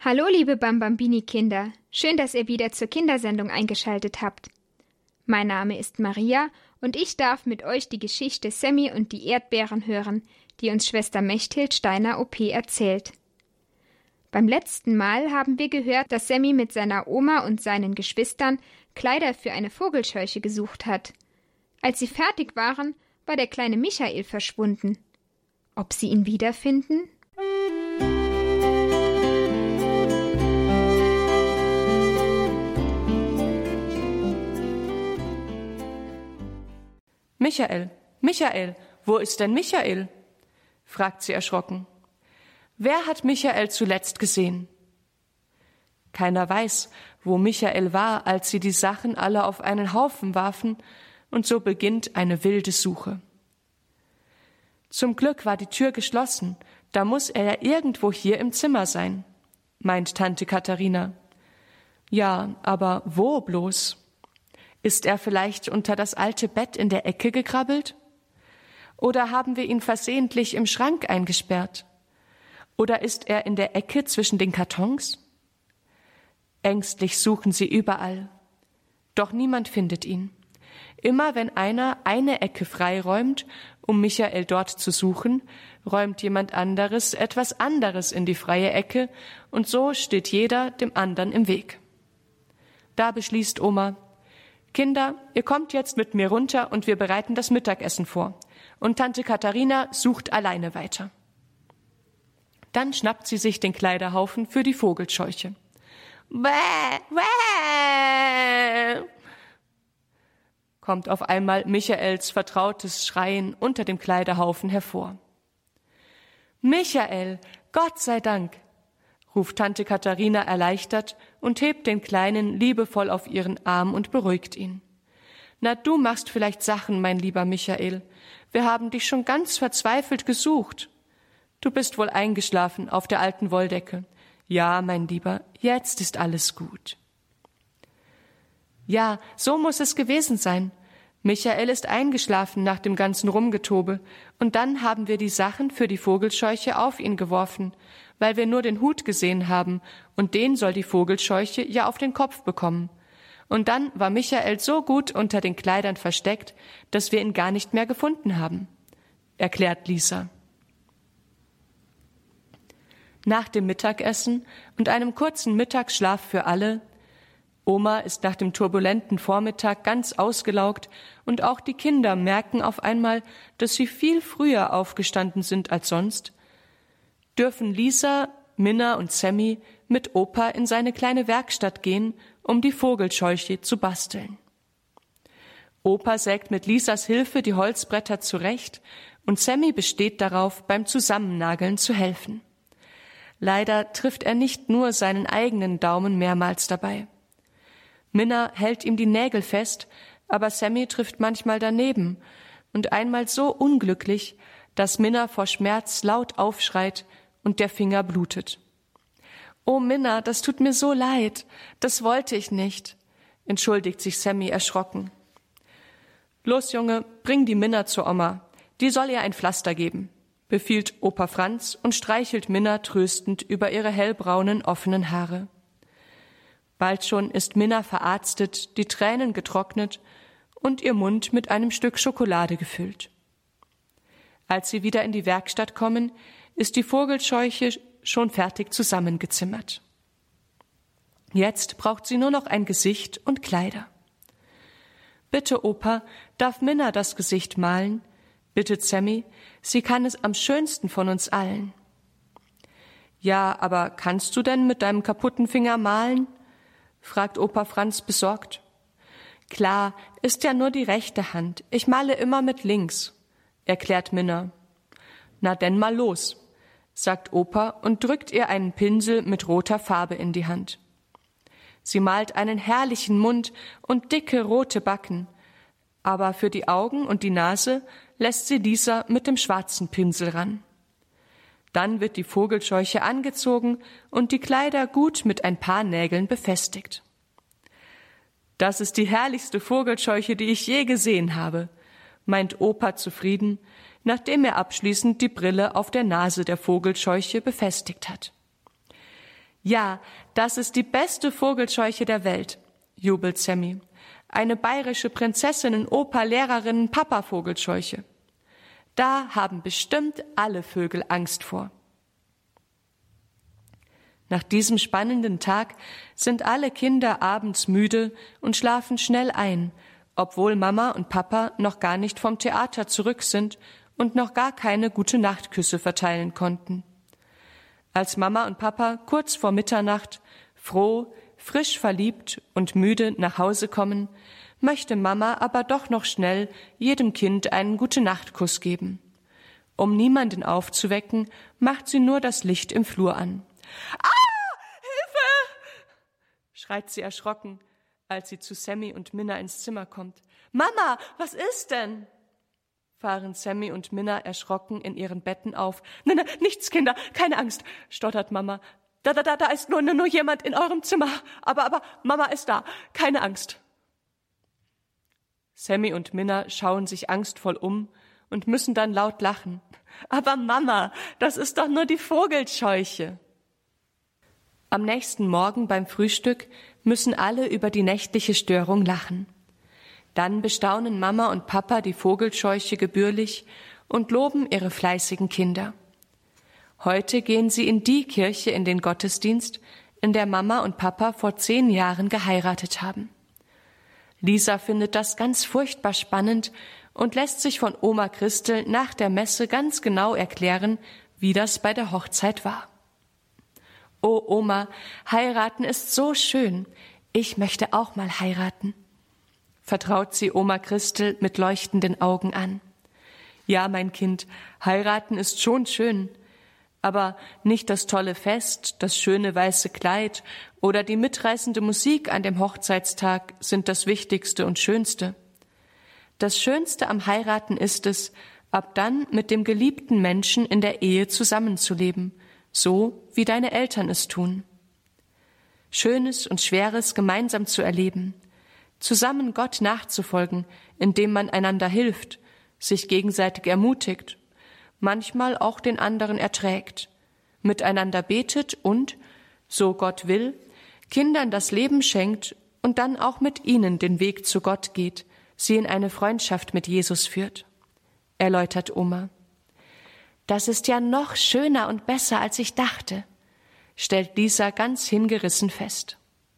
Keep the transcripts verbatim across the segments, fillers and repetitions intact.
Hallo liebe Bambambini-Kinder, schön, dass ihr wieder zur Kindersendung eingeschaltet habt. Mein Name ist Maria und ich darf mit euch die Geschichte Sammy und die Erdbeeren hören, die uns Schwester Mechthild Steiner O P erzählt. Beim letzten Mal haben wir gehört, dass Sammy mit seiner Oma und seinen Geschwistern Kleider für eine Vogelscheuche gesucht hat. Als sie fertig waren, war der kleine Michael verschwunden. Ob sie ihn wiederfinden? Michael, Michael, wo ist denn Michael? Fragt sie erschrocken. Wer hat Michael zuletzt gesehen? Keiner weiß, wo Michael war, als sie die Sachen alle auf einen Haufen warfen, und so beginnt eine wilde Suche. Zum Glück war die Tür geschlossen, da muss er ja irgendwo hier im Zimmer sein, meint Tante Katharina. Ja, aber wo bloß? Ist er vielleicht unter das alte Bett in der Ecke gekrabbelt? Oder haben wir ihn versehentlich im Schrank eingesperrt? Oder ist er in der Ecke zwischen den Kartons? Ängstlich suchen sie überall. Doch niemand findet ihn. Immer wenn einer eine Ecke freiräumt, um Michael dort zu suchen, räumt jemand anderes etwas anderes in die freie Ecke und so steht jeder dem anderen im Weg. Da beschließt Oma: Kinder, ihr kommt jetzt mit mir runter und wir bereiten das Mittagessen vor. Und Tante Katharina sucht alleine weiter. Dann schnappt sie sich den Kleiderhaufen für die Vogelscheuche. Bäh, bäh, kommt auf einmal Michaels vertrautes Schreien unter dem Kleiderhaufen hervor. Michael, Gott sei Dank, ruft Tante Katharina erleichtert und hebt den Kleinen liebevoll auf ihren Arm und beruhigt ihn. Na, du machst vielleicht Sachen, mein lieber Michael. Wir haben dich schon ganz verzweifelt gesucht. Du bist wohl eingeschlafen auf der alten Wolldecke. Ja, mein Lieber, jetzt ist alles gut. Ja, so muss es gewesen sein. Michael ist eingeschlafen nach dem ganzen Rumgetobe, und dann haben wir die Sachen für die Vogelscheuche auf ihn geworfen, weil wir nur den Hut gesehen haben, und den soll die Vogelscheuche ja auf den Kopf bekommen. Und dann war Michael so gut unter den Kleidern versteckt, dass wir ihn gar nicht mehr gefunden haben, erklärt Lisa. Nach dem Mittagessen und einem kurzen Mittagsschlaf für alle, Oma ist nach dem turbulenten Vormittag ganz ausgelaugt und auch die Kinder merken auf einmal, dass sie viel früher aufgestanden sind als sonst, dürfen Lisa, Minna und Sammy mit Opa in seine kleine Werkstatt gehen, um die Vogelscheuche zu basteln. Opa sägt mit Lisas Hilfe die Holzbretter zurecht und Sammy besteht darauf, beim Zusammennageln zu helfen. Leider trifft er nicht nur seinen eigenen Daumen mehrmals dabei. Minna hält ihm die Nägel fest, aber Sammy trifft manchmal daneben und einmal so unglücklich, dass Minna vor Schmerz laut aufschreit und der Finger blutet. »Oh Minna, das tut mir so leid, das wollte ich nicht«, entschuldigt sich Sammy erschrocken. »Los, Junge, bring die Minna zur Oma, die soll ihr ein Pflaster geben«, befiehlt Opa Franz und streichelt Minna tröstend über ihre hellbraunen, offenen Haare. Bald schon ist Minna verarztet, die Tränen getrocknet und ihr Mund mit einem Stück Schokolade gefüllt. Als sie wieder in die Werkstatt kommen, ist die Vogelscheuche schon fertig zusammengezimmert. Jetzt braucht sie nur noch ein Gesicht und Kleider. »Bitte, Opa, darf Minna das Gesicht malen?«, bittet Sammy, sie kann es am schönsten von uns allen. »Ja, aber kannst du denn mit deinem kaputten Finger malen?«, fragt Opa Franz besorgt. »Klar, ist ja nur die rechte Hand. Ich male immer mit links«, erklärt Minna. »Na denn mal los«, sagt Opa und drückt ihr einen Pinsel mit roter Farbe in die Hand. Sie malt einen herrlichen Mund und dicke rote Backen, aber für die Augen und die Nase lässt sie Lisa mit dem schwarzen Pinsel ran. Dann wird die Vogelscheuche angezogen und die Kleider gut mit ein paar Nägeln befestigt. »Das ist die herrlichste Vogelscheuche, die ich je gesehen habe«, meint Opa zufrieden, nachdem er abschließend die Brille auf der Nase der Vogelscheuche befestigt hat. Ja, das ist die beste Vogelscheuche der Welt, jubelt Sammy. Eine bayerische Prinzessinnen-, Oper-, Lehrerinnen-, Papa-Vogelscheuche. Da haben bestimmt alle Vögel Angst vor. Nach diesem spannenden Tag sind alle Kinder abends müde und schlafen schnell ein, obwohl Mama und Papa noch gar nicht vom Theater zurück sind und noch gar keine Gute-Nacht-Küsse verteilen konnten. Als Mama und Papa kurz vor Mitternacht, froh, frisch verliebt und müde nach Hause kommen, möchte Mama aber doch noch schnell jedem Kind einen Gute-Nacht-Kuss geben. Um niemanden aufzuwecken, macht sie nur das Licht im Flur an. »Ah, Hilfe!« schreit sie erschrocken, als sie zu Sammy und Minna ins Zimmer kommt. »Mama, was ist denn?« fahren Sammy und Minna erschrocken in ihren Betten auf. »Nein, nein, nichts, Kinder, keine Angst«, stottert Mama. Da, da, da, da ist nur, nur jemand in eurem Zimmer. Aber, aber Mama ist da, keine Angst.« Sammy und Minna schauen sich angstvoll um und müssen dann laut lachen. »Aber Mama, das ist doch nur die Vogelscheuche.« Am nächsten Morgen beim Frühstück müssen alle über die nächtliche Störung lachen. Dann bestaunen Mama und Papa die Vogelscheuche gebührlich und loben ihre fleißigen Kinder. Heute gehen sie in die Kirche in den Gottesdienst, in der Mama und Papa vor zehn Jahren geheiratet haben. Lisa findet das ganz furchtbar spannend und lässt sich von Oma Christel nach der Messe ganz genau erklären, wie das bei der Hochzeit war. »Oh Oma, heiraten ist so schön. Ich möchte auch mal heiraten«, vertraut sie Oma Christel mit leuchtenden Augen an. »Ja, mein Kind, heiraten ist schon schön, aber nicht das tolle Fest, das schöne weiße Kleid oder die mitreißende Musik an dem Hochzeitstag sind das Wichtigste und Schönste. Das Schönste am Heiraten ist es, ab dann mit dem geliebten Menschen in der Ehe zusammenzuleben, so wie deine Eltern es tun. Schönes und Schweres gemeinsam zu erleben, zusammen Gott nachzufolgen, indem man einander hilft, sich gegenseitig ermutigt, manchmal auch den anderen erträgt, miteinander betet und, so Gott will, Kindern das Leben schenkt und dann auch mit ihnen den Weg zu Gott geht, sie in eine Freundschaft mit Jesus führt«, erläutert Oma. »Das ist ja noch schöner und besser, als ich dachte«, stellt Lisa ganz hingerissen fest.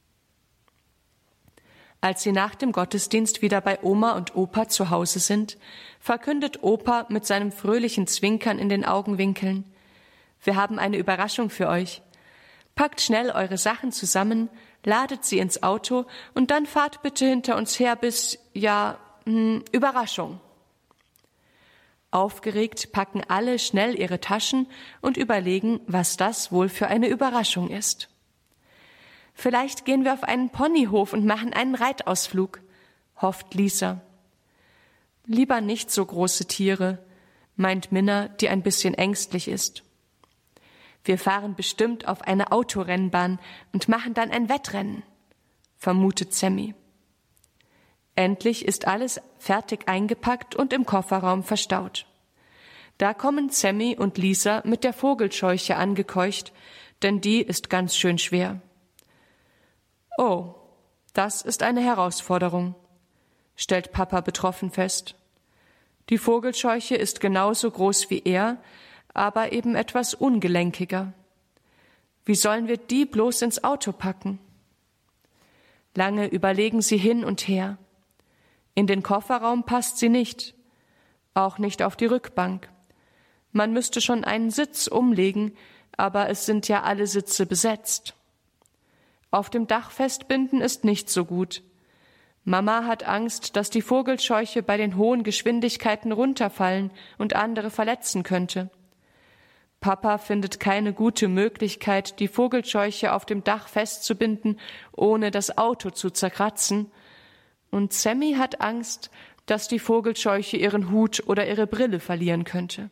Als sie nach dem Gottesdienst wieder bei Oma und Opa zu Hause sind, verkündet Opa mit seinem fröhlichen Zwinkern in den Augenwinkeln: »Wir haben eine Überraschung für euch. Packt schnell eure Sachen zusammen, ladet sie ins Auto und dann fahrt bitte hinter uns her bis, ja, mh, Überraschung.« Aufgeregt packen alle schnell ihre Taschen und überlegen, was das wohl für eine Überraschung ist. »Vielleicht gehen wir auf einen Ponyhof und machen einen Reitausflug«, hofft Lisa. »Lieber nicht so große Tiere«, meint Minna, die ein bisschen ängstlich ist. »Wir fahren bestimmt auf eine Autorennbahn und machen dann ein Wettrennen«, vermutet Sammy. Endlich ist alles fertig eingepackt und im Kofferraum verstaut. Da kommen Sammy und Lisa mit der Vogelscheuche angekeucht, denn die ist ganz schön schwer. »Oh, das ist eine Herausforderung«, stellt Papa betroffen fest. Die Vogelscheuche ist genauso groß wie er, aber eben etwas ungelenkiger. Wie sollen wir die bloß ins Auto packen? Lange überlegen sie hin und her. In den Kofferraum passt sie nicht, auch nicht auf die Rückbank. Man müsste schon einen Sitz umlegen, aber es sind ja alle Sitze besetzt. Auf dem Dach festbinden ist nicht so gut. Mama hat Angst, dass die Vogelscheuche bei den hohen Geschwindigkeiten runterfallen und andere verletzen könnte. Papa findet keine gute Möglichkeit, die Vogelscheuche auf dem Dach festzubinden, ohne das Auto zu zerkratzen. Und Sammy hat Angst, dass die Vogelscheuche ihren Hut oder ihre Brille verlieren könnte.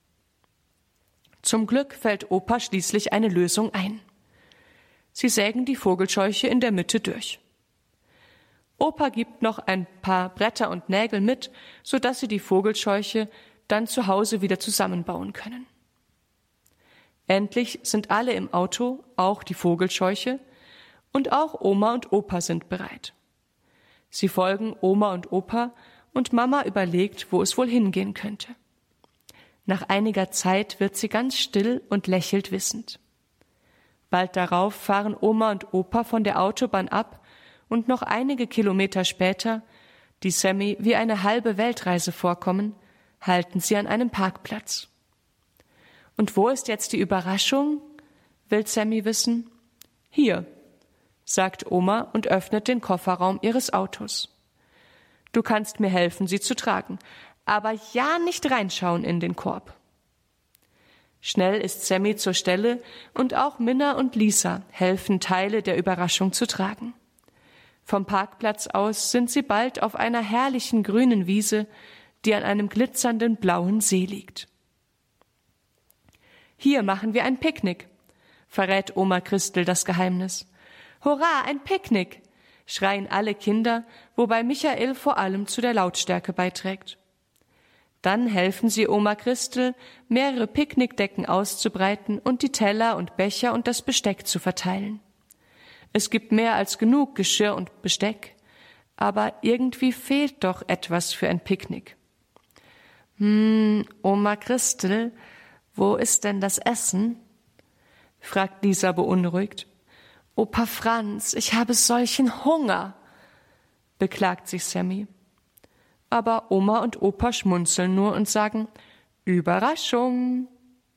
Zum Glück fällt Opa schließlich eine Lösung ein. Sie sägen die Vogelscheuche in der Mitte durch. Opa gibt noch ein paar Bretter und Nägel mit, sodass sie die Vogelscheuche dann zu Hause wieder zusammenbauen können. Endlich sind alle im Auto, auch die Vogelscheuche, und auch Oma und Opa sind bereit. Sie folgen Oma und Opa, und Mama überlegt, wo es wohl hingehen könnte. Nach einiger Zeit wird sie ganz still und lächelt wissend. Bald darauf fahren Oma und Opa von der Autobahn ab und noch einige Kilometer später, die Sammy wie eine halbe Weltreise vorkommen, halten sie an einem Parkplatz. Und wo ist jetzt die Überraschung? Will Sammy wissen. Hier, sagt Oma und öffnet den Kofferraum ihres Autos. Du kannst mir helfen, sie zu tragen, aber ja nicht reinschauen in den Korb. Schnell ist Sammy zur Stelle und auch Minna und Lisa helfen, Teile der Überraschung zu tragen. Vom Parkplatz aus sind sie bald auf einer herrlichen grünen Wiese, die an einem glitzernden blauen See liegt. Hier machen wir ein Picknick, verrät Oma Christel das Geheimnis. Hurra, ein Picknick, schreien alle Kinder, wobei Michael vor allem zu der Lautstärke beiträgt. Dann helfen sie Oma Christel, mehrere Picknickdecken auszubreiten und die Teller und Becher und das Besteck zu verteilen. Es gibt mehr als genug Geschirr und Besteck, aber irgendwie fehlt doch etwas für ein Picknick. Hm, Oma Christel, wo ist denn das Essen? Fragt Lisa beunruhigt. Opa Franz, ich habe solchen Hunger, beklagt sich Sammy. Aber Oma und Opa schmunzeln nur und sagen, Überraschung.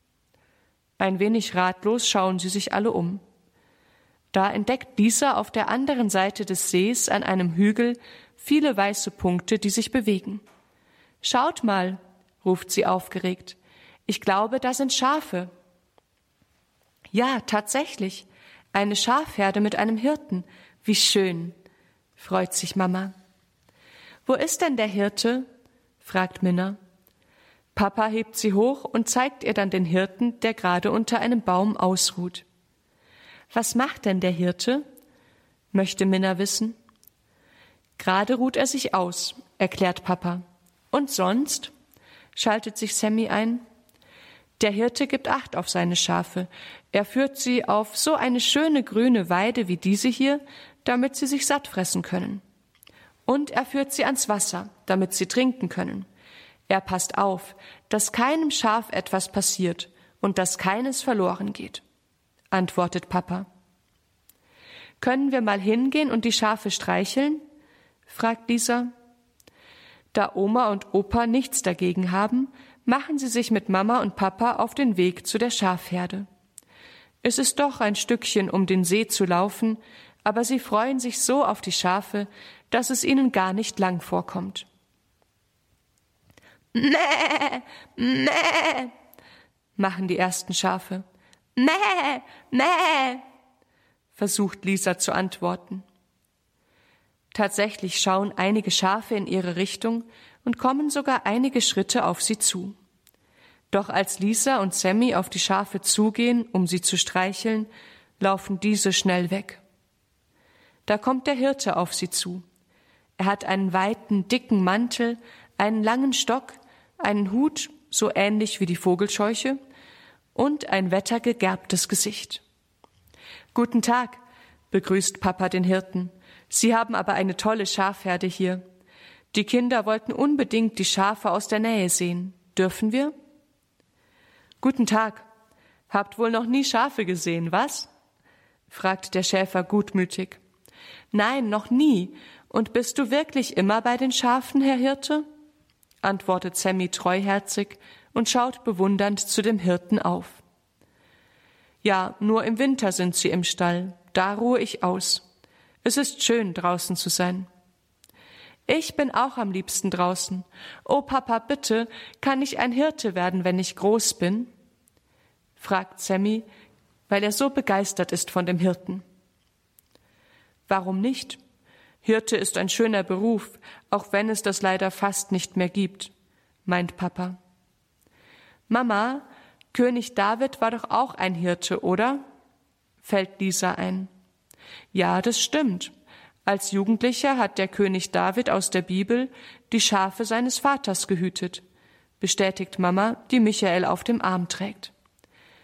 Ein wenig ratlos schauen sie sich alle um. Da entdeckt Lisa auf der anderen Seite des Sees an einem Hügel viele weiße Punkte, die sich bewegen. Schaut mal, ruft sie aufgeregt. Ich glaube, da sind Schafe. Ja, tatsächlich. Eine Schafherde mit einem Hirten. Wie schön, freut sich Mama. Wo ist denn der Hirte? Fragt Minna. Papa hebt sie hoch und zeigt ihr dann den Hirten, der gerade unter einem Baum ausruht. Was macht denn der Hirte? Möchte Minna wissen. Gerade ruht er sich aus, erklärt Papa. Und sonst? Schaltet sich Sammy ein. Der Hirte gibt Acht auf seine Schafe. Er führt sie auf so eine schöne grüne Weide wie diese hier, damit sie sich satt fressen können. Und er führt sie ans Wasser, damit sie trinken können. Er passt auf, dass keinem Schaf etwas passiert und dass keines verloren geht, antwortet Papa. Können wir mal hingehen und die Schafe streicheln? Fragt Lisa. Da Oma und Opa nichts dagegen haben, machen sie sich mit Mama und Papa auf den Weg zu der Schafherde. Es ist doch ein Stückchen um den See zu laufen, aber sie freuen sich so auf die Schafe, dass es ihnen gar nicht lang vorkommt. Mäh, mäh, machen die ersten Schafe. Mäh, mäh, versucht Lisa zu antworten. Tatsächlich schauen einige Schafe in ihre Richtung und kommen sogar einige Schritte auf sie zu. Doch als Lisa und Sammy auf die Schafe zugehen, um sie zu streicheln, laufen diese schnell weg. Da kommt der Hirte auf sie zu. Er hat einen weiten, dicken Mantel, einen langen Stock, einen Hut, so ähnlich wie die Vogelscheuche, und ein wettergegerbtes Gesicht. »Guten Tag«, begrüßt Papa den Hirten. »Sie haben aber eine tolle Schafherde hier. Die Kinder wollten unbedingt die Schafe aus der Nähe sehen. Dürfen wir?« »Guten Tag. Habt wohl noch nie Schafe gesehen, was?« fragt der Schäfer gutmütig. »Nein, noch nie. Und bist du wirklich immer bei den Schafen, Herr Hirte?« antwortet Sammy treuherzig und schaut bewundernd zu dem Hirten auf. »Ja, nur im Winter sind sie im Stall. Da ruhe ich aus. Es ist schön, draußen zu sein.« »Ich bin auch am liebsten draußen. Oh Papa, bitte, kann ich ein Hirte werden, wenn ich groß bin?« fragt Sammy, weil er so begeistert ist von dem Hirten. »Warum nicht? Hirte ist ein schöner Beruf, auch wenn es das leider fast nicht mehr gibt«, meint Papa. »Mama, König David war doch auch ein Hirte, oder?« fällt Lisa ein. »Ja, das stimmt. Als Jugendlicher hat der König David aus der Bibel die Schafe seines Vaters gehütet«, bestätigt Mama, die Michael auf dem Arm trägt.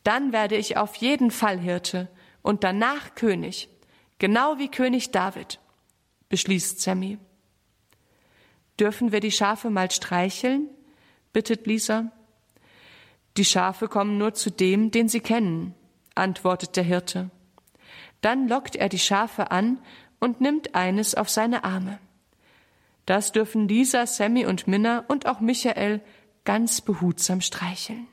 Dann werde ich auf jeden Fall Hirte und danach König, genau wie König David, beschließt Sammy. Dürfen wir die Schafe mal streicheln? Bittet Lisa. Die Schafe kommen nur zu dem, den sie kennen, antwortet der Hirte. Dann lockt er die Schafe an und nimmt eines auf seine Arme. Das dürfen Lisa, Sammy und Minna und auch Michael ganz behutsam streicheln.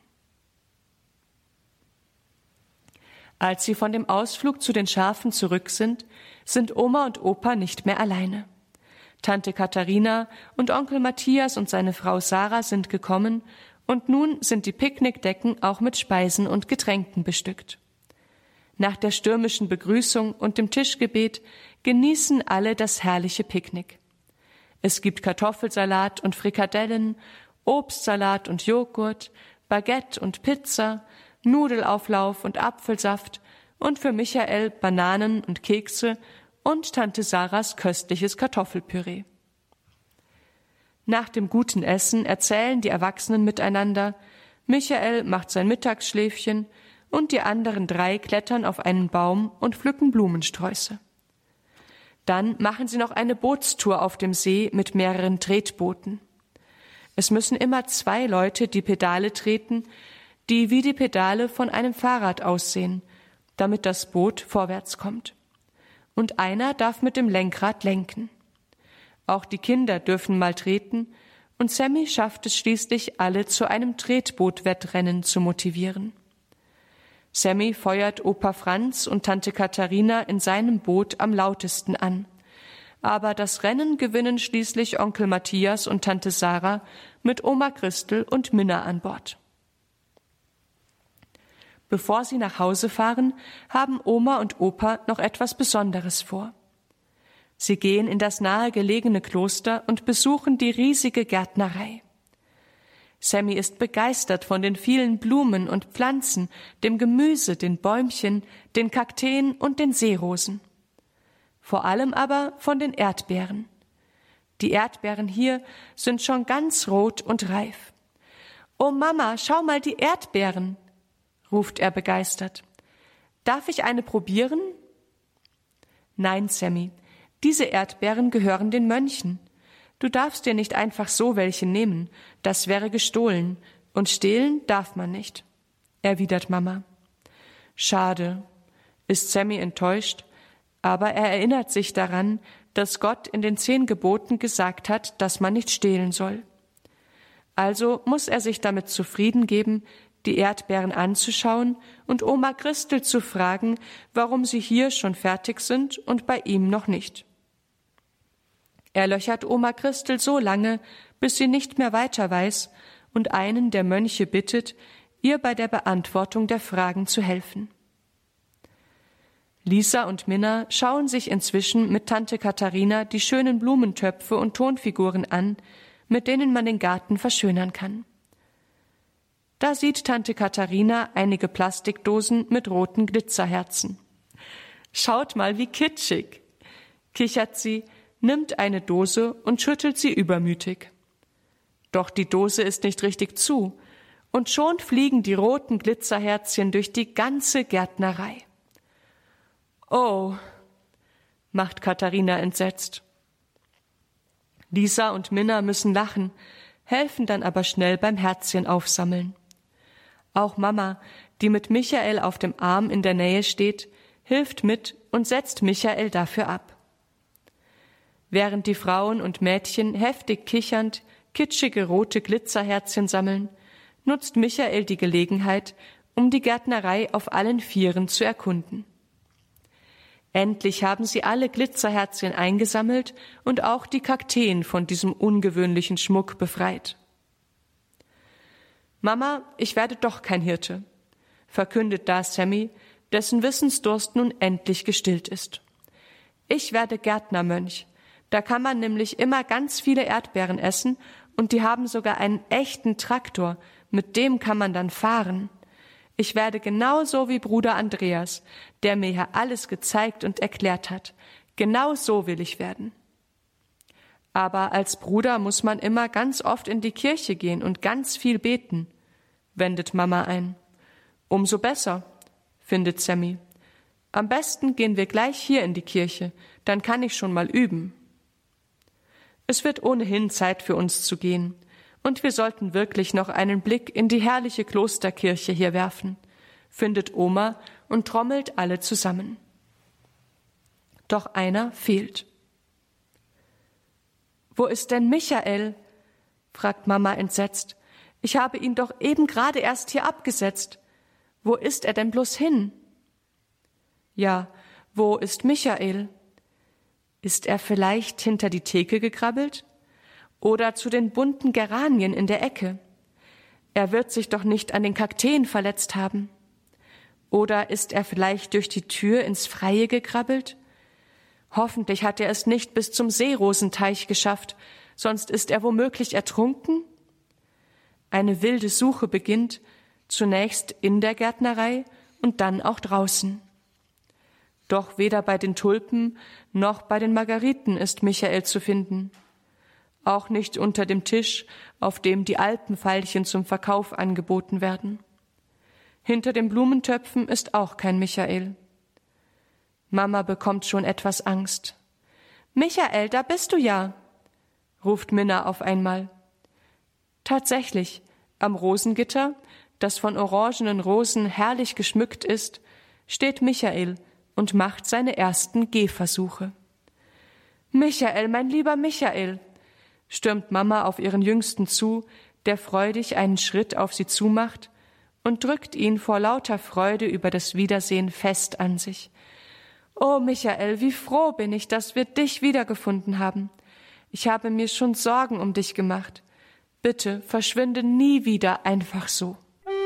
Als sie von dem Ausflug zu den Schafen zurück sind, sind Oma und Opa nicht mehr alleine. Tante Katharina und Onkel Matthias und seine Frau Sarah sind gekommen und nun sind die Picknickdecken auch mit Speisen und Getränken bestückt. Nach der stürmischen Begrüßung und dem Tischgebet genießen alle das herrliche Picknick. Es gibt Kartoffelsalat und Frikadellen, Obstsalat und Joghurt, Baguette und Pizza, Nudelauflauf und Apfelsaft und für Michael Bananen und Kekse und Tante Sarahs köstliches Kartoffelpüree. Nach dem guten Essen erzählen die Erwachsenen miteinander, Michael macht sein Mittagsschläfchen und die anderen drei klettern auf einen Baum und pflücken Blumensträuße. Dann machen sie noch eine Bootstour auf dem See mit mehreren Tretbooten. Es müssen immer zwei Leute die Pedale treten, die wie die Pedale von einem Fahrrad aussehen, damit das Boot vorwärts kommt. Und einer darf mit dem Lenkrad lenken. Auch die Kinder dürfen mal treten, und Sammy schafft es schließlich, alle zu einem Tretbootwettrennen zu motivieren. Sammy feuert Opa Franz und Tante Katharina in seinem Boot am lautesten an. Aber das Rennen gewinnen schließlich Onkel Matthias und Tante Sarah mit Oma Christel und Minna an Bord. Bevor sie nach Hause fahren, haben Oma und Opa noch etwas Besonderes vor. Sie gehen in das nahegelegene Kloster und besuchen die riesige Gärtnerei. Sammy ist begeistert von den vielen Blumen und Pflanzen, dem Gemüse, den Bäumchen, den Kakteen und den Seerosen. Vor allem aber von den Erdbeeren. Die Erdbeeren hier sind schon ganz rot und reif. »Oh Mama, schau mal die Erdbeeren«, ruft er begeistert. »Darf ich eine probieren?« »Nein, Sammy, diese Erdbeeren gehören den Mönchen. Du darfst dir nicht einfach so welche nehmen, das wäre gestohlen, und stehlen darf man nicht«, erwidert Mama. Schade, ist Sammy enttäuscht, aber er erinnert sich daran, dass Gott in den zehn Geboten gesagt hat, dass man nicht stehlen soll. Also muss er sich damit zufrieden geben, die Erdbeeren anzuschauen und Oma Christel zu fragen, warum sie hier schon fertig sind und bei ihm noch nicht. Er löchert Oma Christel so lange, bis sie nicht mehr weiter weiß und einen der Mönche bittet, ihr bei der Beantwortung der Fragen zu helfen. Lisa und Minna schauen sich inzwischen mit Tante Katharina die schönen Blumentöpfe und Tonfiguren an, mit denen man den Garten verschönern kann. Da sieht Tante Katharina einige Plastikdosen mit roten Glitzerherzen. »Schaut mal, wie kitschig«, kichert sie, nimmt eine Dose und schüttelt sie übermütig. Doch die Dose ist nicht richtig zu, und schon fliegen die roten Glitzerherzchen durch die ganze Gärtnerei. »Oh«, macht Katharina entsetzt. Lisa und Minna müssen lachen, helfen dann aber schnell beim Herzchen aufsammeln. Auch Mama, die mit Michael auf dem Arm in der Nähe steht, hilft mit und setzt Michael dafür ab. Während die Frauen und Mädchen heftig kichernd kitschige rote Glitzerherzchen sammeln, nutzt Michael die Gelegenheit, um die Gärtnerei auf allen Vieren zu erkunden. Endlich haben sie alle Glitzerherzchen eingesammelt und auch die Kakteen von diesem ungewöhnlichen Schmuck befreit. »Mama, ich werde doch kein Hirte«, verkündet da Sammy, dessen Wissensdurst nun endlich gestillt ist. »Ich werde Gärtnermönch. Da kann man nämlich immer ganz viele Erdbeeren essen und die haben sogar einen echten Traktor, mit dem kann man dann fahren. Ich werde genauso wie Bruder Andreas, der mir ja alles gezeigt und erklärt hat. Genau so will ich werden.« »Aber als Bruder muss man immer ganz oft in die Kirche gehen und ganz viel beten«, wendet Mama ein. Umso besser, findet Sammy. Am besten gehen wir gleich hier in die Kirche, dann kann ich schon mal üben. Es wird ohnehin Zeit für uns zu gehen, und wir sollten wirklich noch einen Blick in die herrliche Klosterkirche hier werfen, findet Oma und trommelt alle zusammen. Doch einer fehlt. »Wo ist denn Michael?« fragt Mama entsetzt. »Ich habe ihn doch eben gerade erst hier abgesetzt. Wo ist er denn bloß hin?« »Ja, wo ist Michael? Ist er vielleicht hinter die Theke gekrabbelt? Oder zu den bunten Geranien in der Ecke? Er wird sich doch nicht an den Kakteen verletzt haben. Oder ist er vielleicht durch die Tür ins Freie gekrabbelt? Hoffentlich hat er es nicht bis zum Seerosenteich geschafft, sonst ist er womöglich ertrunken. Eine wilde Suche beginnt, zunächst in der Gärtnerei und dann auch draußen. Doch weder bei den Tulpen noch bei den Margeriten ist Michael zu finden. Auch nicht unter dem Tisch, auf dem die Alpenveilchen zum Verkauf angeboten werden. Hinter den Blumentöpfen ist auch kein Michael. Mama bekommt schon etwas Angst. »Michael, da bist du ja«, ruft Minna auf einmal. Tatsächlich, am Rosengitter, das von orangenen Rosen herrlich geschmückt ist, steht Michael und macht seine ersten Gehversuche. »Michael, mein lieber Michael«, stürmt Mama auf ihren Jüngsten zu, der freudig einen Schritt auf sie zumacht und drückt ihn vor lauter Freude über das Wiedersehen fest an sich. »Oh, Michael, wie froh bin ich, dass wir dich wiedergefunden haben. Ich habe mir schon Sorgen um dich gemacht. Bitte, verschwinde nie wieder einfach so.«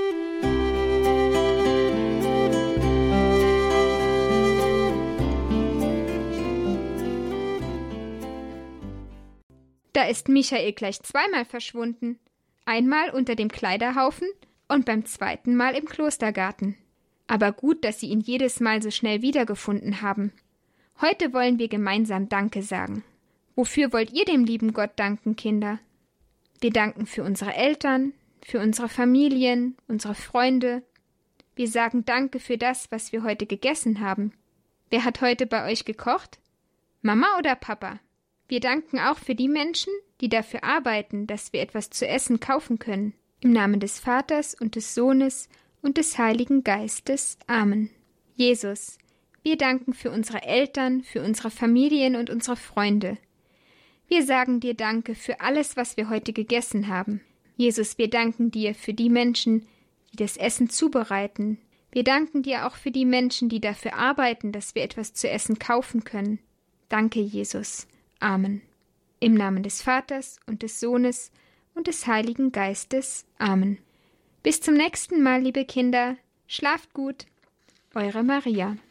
Da ist Michael gleich zweimal verschwunden. Einmal unter dem Kleiderhaufen und beim zweiten Mal im Klostergarten. Aber gut, dass Sie ihn jedes Mal so schnell wiedergefunden haben. Heute wollen wir gemeinsam Danke sagen. Wofür wollt ihr dem lieben Gott danken, Kinder? Wir danken für unsere Eltern, für unsere Familien, unsere Freunde. Wir sagen Danke für das, was wir heute gegessen haben. Wer hat heute bei euch gekocht? Mama oder Papa? Wir danken auch für die Menschen, die dafür arbeiten, dass wir etwas zu essen kaufen können. Im Namen des Vaters und des Sohnes und des Heiligen Geistes. Amen. Jesus, wir danken für unsere Eltern, für unsere Familien und unsere Freunde. Wir sagen dir Danke für alles, was wir heute gegessen haben. Jesus, wir danken dir für die Menschen, die das Essen zubereiten. Wir danken dir auch für die Menschen, die dafür arbeiten, dass wir etwas zu essen kaufen können. Danke, Jesus. Amen. Im Namen des Vaters und des Sohnes und des Heiligen Geistes. Amen. Bis zum nächsten Mal, liebe Kinder. Schlaft gut. Eure Maria.